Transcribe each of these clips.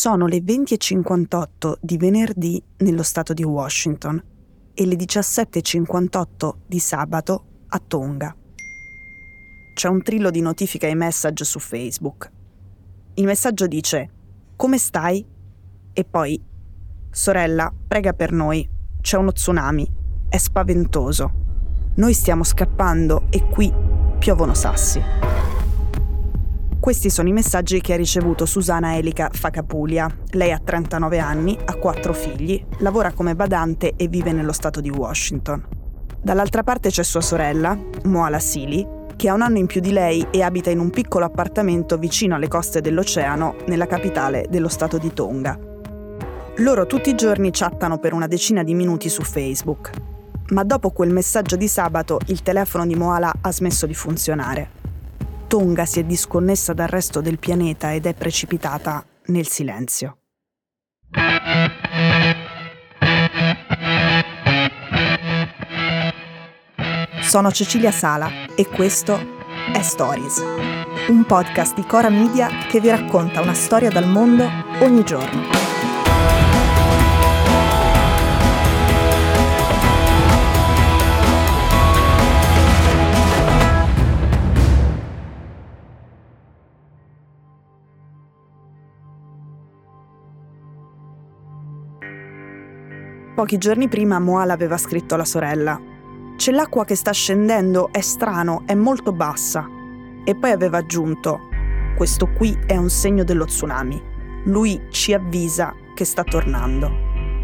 Sono le 20:58 di venerdì nello stato di Washington e le 17:58 di sabato a Tonga. C'è un trillo di notifiche e message su Facebook. Il messaggio dice: "Come stai?" E poi: "Sorella, prega per noi, c'è uno tsunami, è spaventoso. Noi stiamo scappando e qui piovono sassi." Questi sono i messaggi che ha ricevuto Susana Elika Fakapulia. Lei ha 39 anni, ha 4 figli, lavora come badante e vive nello stato di Washington. Dall'altra parte c'è sua sorella, Moala Sili, che ha un anno in più di lei e abita in un piccolo appartamento vicino alle coste dell'oceano, nella capitale dello stato di Tonga. Loro tutti i giorni chattano per una decina di minuti su Facebook. Ma dopo quel messaggio di sabato, il telefono di Moala ha smesso di funzionare. Tonga si è disconnessa dal resto del pianeta ed è precipitata nel silenzio. Sono Cecilia Sala e questo è Stories, un podcast di Cora Media che vi racconta una storia dal mondo ogni giorno. Pochi giorni prima Moala aveva scritto alla sorella: "C'è l'acqua che sta scendendo, è strano, è molto bassa." E poi aveva aggiunto: "Questo qui è un segno dello tsunami. Lui ci avvisa che sta tornando."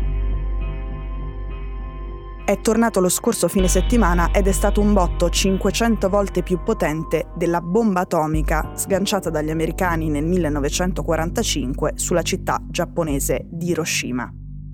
È tornato lo scorso fine settimana ed è stato un botto 500 volte più potente della bomba atomica sganciata dagli americani nel 1945 sulla città giapponese di Hiroshima.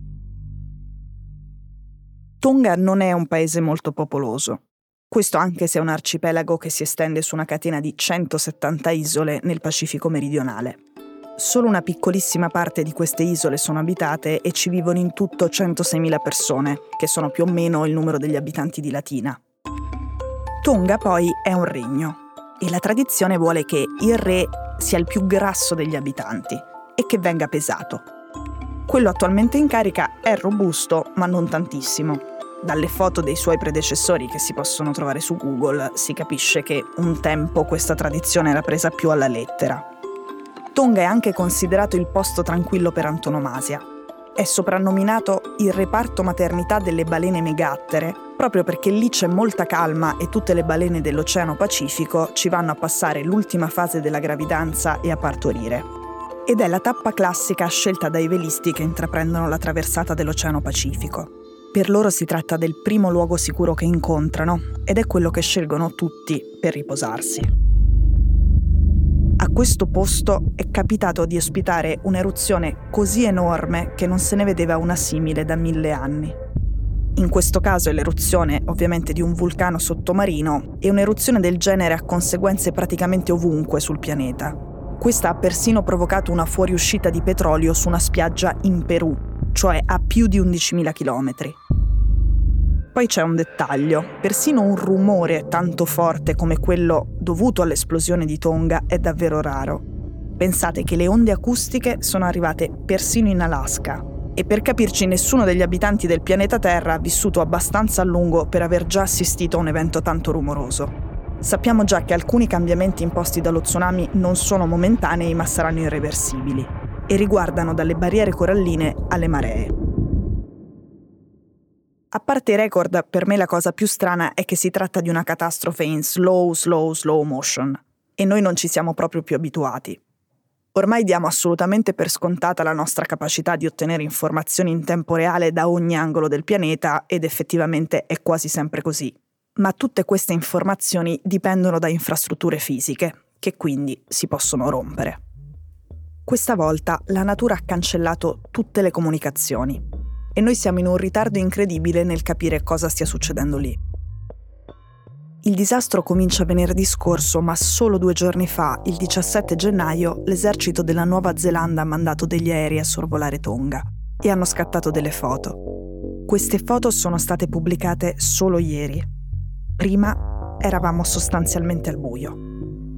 Tonga non è un paese molto popoloso. Questo anche se è un arcipelago che si estende su una catena di 170 isole nel Pacifico meridionale. Solo una piccolissima parte di queste isole sono abitate e ci vivono in tutto 106.000 persone, che sono più o meno il numero degli abitanti di Latina. Tonga poi è un regno e la tradizione vuole che il re sia il più grasso degli abitanti e che venga pesato. Quello attualmente in carica è robusto, ma non tantissimo. Dalle foto dei suoi predecessori che si possono trovare su Google si capisce che un tempo questa tradizione era presa più alla lettera. Tonga è anche considerato il posto tranquillo per antonomasia. È soprannominato il reparto maternità delle balene megattere, proprio perché lì c'è molta calma e tutte le balene dell'Oceano Pacifico ci vanno a passare l'ultima fase della gravidanza e a partorire. Ed è la tappa classica scelta dai velisti che intraprendono la traversata dell'Oceano Pacifico. Per loro si tratta del primo luogo sicuro che incontrano ed è quello che scelgono tutti per riposarsi. A questo posto è capitato di ospitare un'eruzione così enorme che non se ne vedeva una simile da 1000 anni. In questo caso è l'eruzione ovviamente di un vulcano sottomarino e un'eruzione del genere ha conseguenze praticamente ovunque sul pianeta. Questa ha persino provocato una fuoriuscita di petrolio su una spiaggia in Perù, cioè a più di 11.000 chilometri. Poi c'è un dettaglio: persino un rumore tanto forte come quello dovuto all'esplosione di Tonga è davvero raro. Pensate che le onde acustiche sono arrivate persino in Alaska e per capirci nessuno degli abitanti del pianeta Terra ha vissuto abbastanza a lungo per aver già assistito a un evento tanto rumoroso. Sappiamo già che alcuni cambiamenti imposti dallo tsunami non sono momentanei ma saranno irreversibili e riguardano dalle barriere coralline alle maree. A parte i record, per me la cosa più strana è che si tratta di una catastrofe in slow motion e noi non ci siamo proprio più abituati. Ormai diamo assolutamente per scontata la nostra capacità di ottenere informazioni in tempo reale da ogni angolo del pianeta ed effettivamente è quasi sempre così. Ma tutte queste informazioni dipendono da infrastrutture fisiche, che quindi si possono rompere. Questa volta la natura ha cancellato tutte le comunicazioni e noi siamo in un ritardo incredibile nel capire cosa stia succedendo lì. Il disastro comincia venerdì scorso, ma solo 2 giorni fa, il 17 gennaio, l'esercito della Nuova Zelanda ha mandato degli aerei a sorvolare Tonga e hanno scattato delle foto. Queste foto sono state pubblicate solo ieri. Prima eravamo sostanzialmente al buio.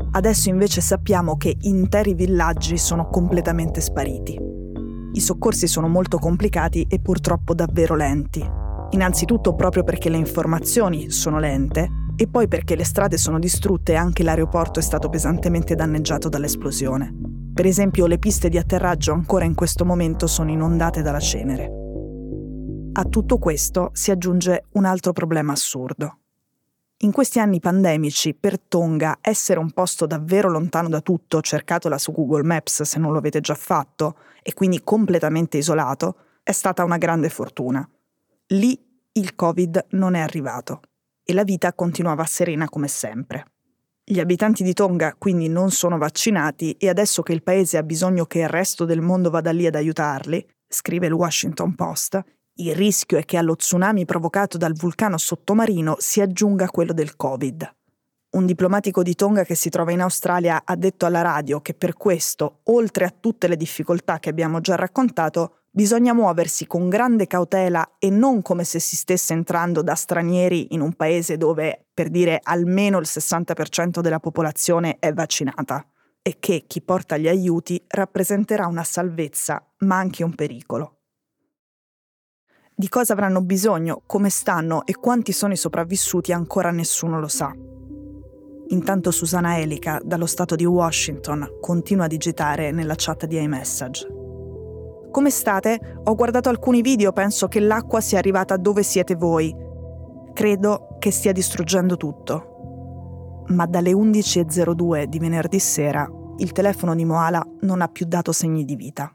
Adesso invece sappiamo che interi villaggi sono completamente spariti. I soccorsi sono molto complicati e purtroppo davvero lenti. Innanzitutto proprio perché le informazioni sono lente e poi perché le strade sono distrutte e anche l'aeroporto è stato pesantemente danneggiato dall'esplosione. Per esempio, le piste di atterraggio ancora in questo momento sono inondate dalla cenere. A tutto questo si aggiunge un altro problema assurdo. In questi anni pandemici, per Tonga, essere un posto davvero lontano da tutto, cercatela su Google Maps se non lo avete già fatto, e quindi completamente isolato, è stata una grande fortuna. Lì il Covid non è arrivato e la vita continuava serena come sempre. Gli abitanti di Tonga quindi non sono vaccinati e adesso che il paese ha bisogno che il resto del mondo vada lì ad aiutarli, scrive il Washington Post, il rischio è che allo tsunami provocato dal vulcano sottomarino si aggiunga quello del Covid. Un diplomatico di Tonga che si trova in Australia ha detto alla radio che per questo, oltre a tutte le difficoltà che abbiamo già raccontato, bisogna muoversi con grande cautela e non come se si stesse entrando da stranieri in un paese dove, per dire, almeno il 60% della popolazione è vaccinata e che chi porta gli aiuti rappresenterà una salvezza ma anche un pericolo. Di cosa avranno bisogno, come stanno e quanti sono i sopravvissuti ancora nessuno lo sa. Intanto Susana Elica, dallo stato di Washington, continua a digitare nella chat di iMessage. Come state? Ho guardato alcuni video, penso che l'acqua sia arrivata dove siete voi. Credo che stia distruggendo tutto. Ma dalle 11:02 di venerdì sera il telefono di Moala non ha più dato segni di vita.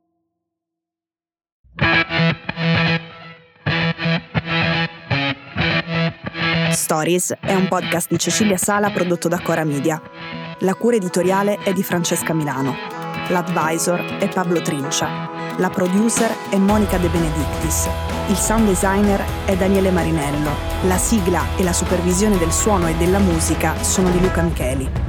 Stories è un podcast di Cecilia Sala prodotto da Cora Media. La cura editoriale è di Francesca Milano. L'advisor è Pablo Trincia. La producer è Monica De Benedictis. Il sound designer è Daniele Marinello. La sigla e la supervisione del suono e della musica sono di Luca Micheli.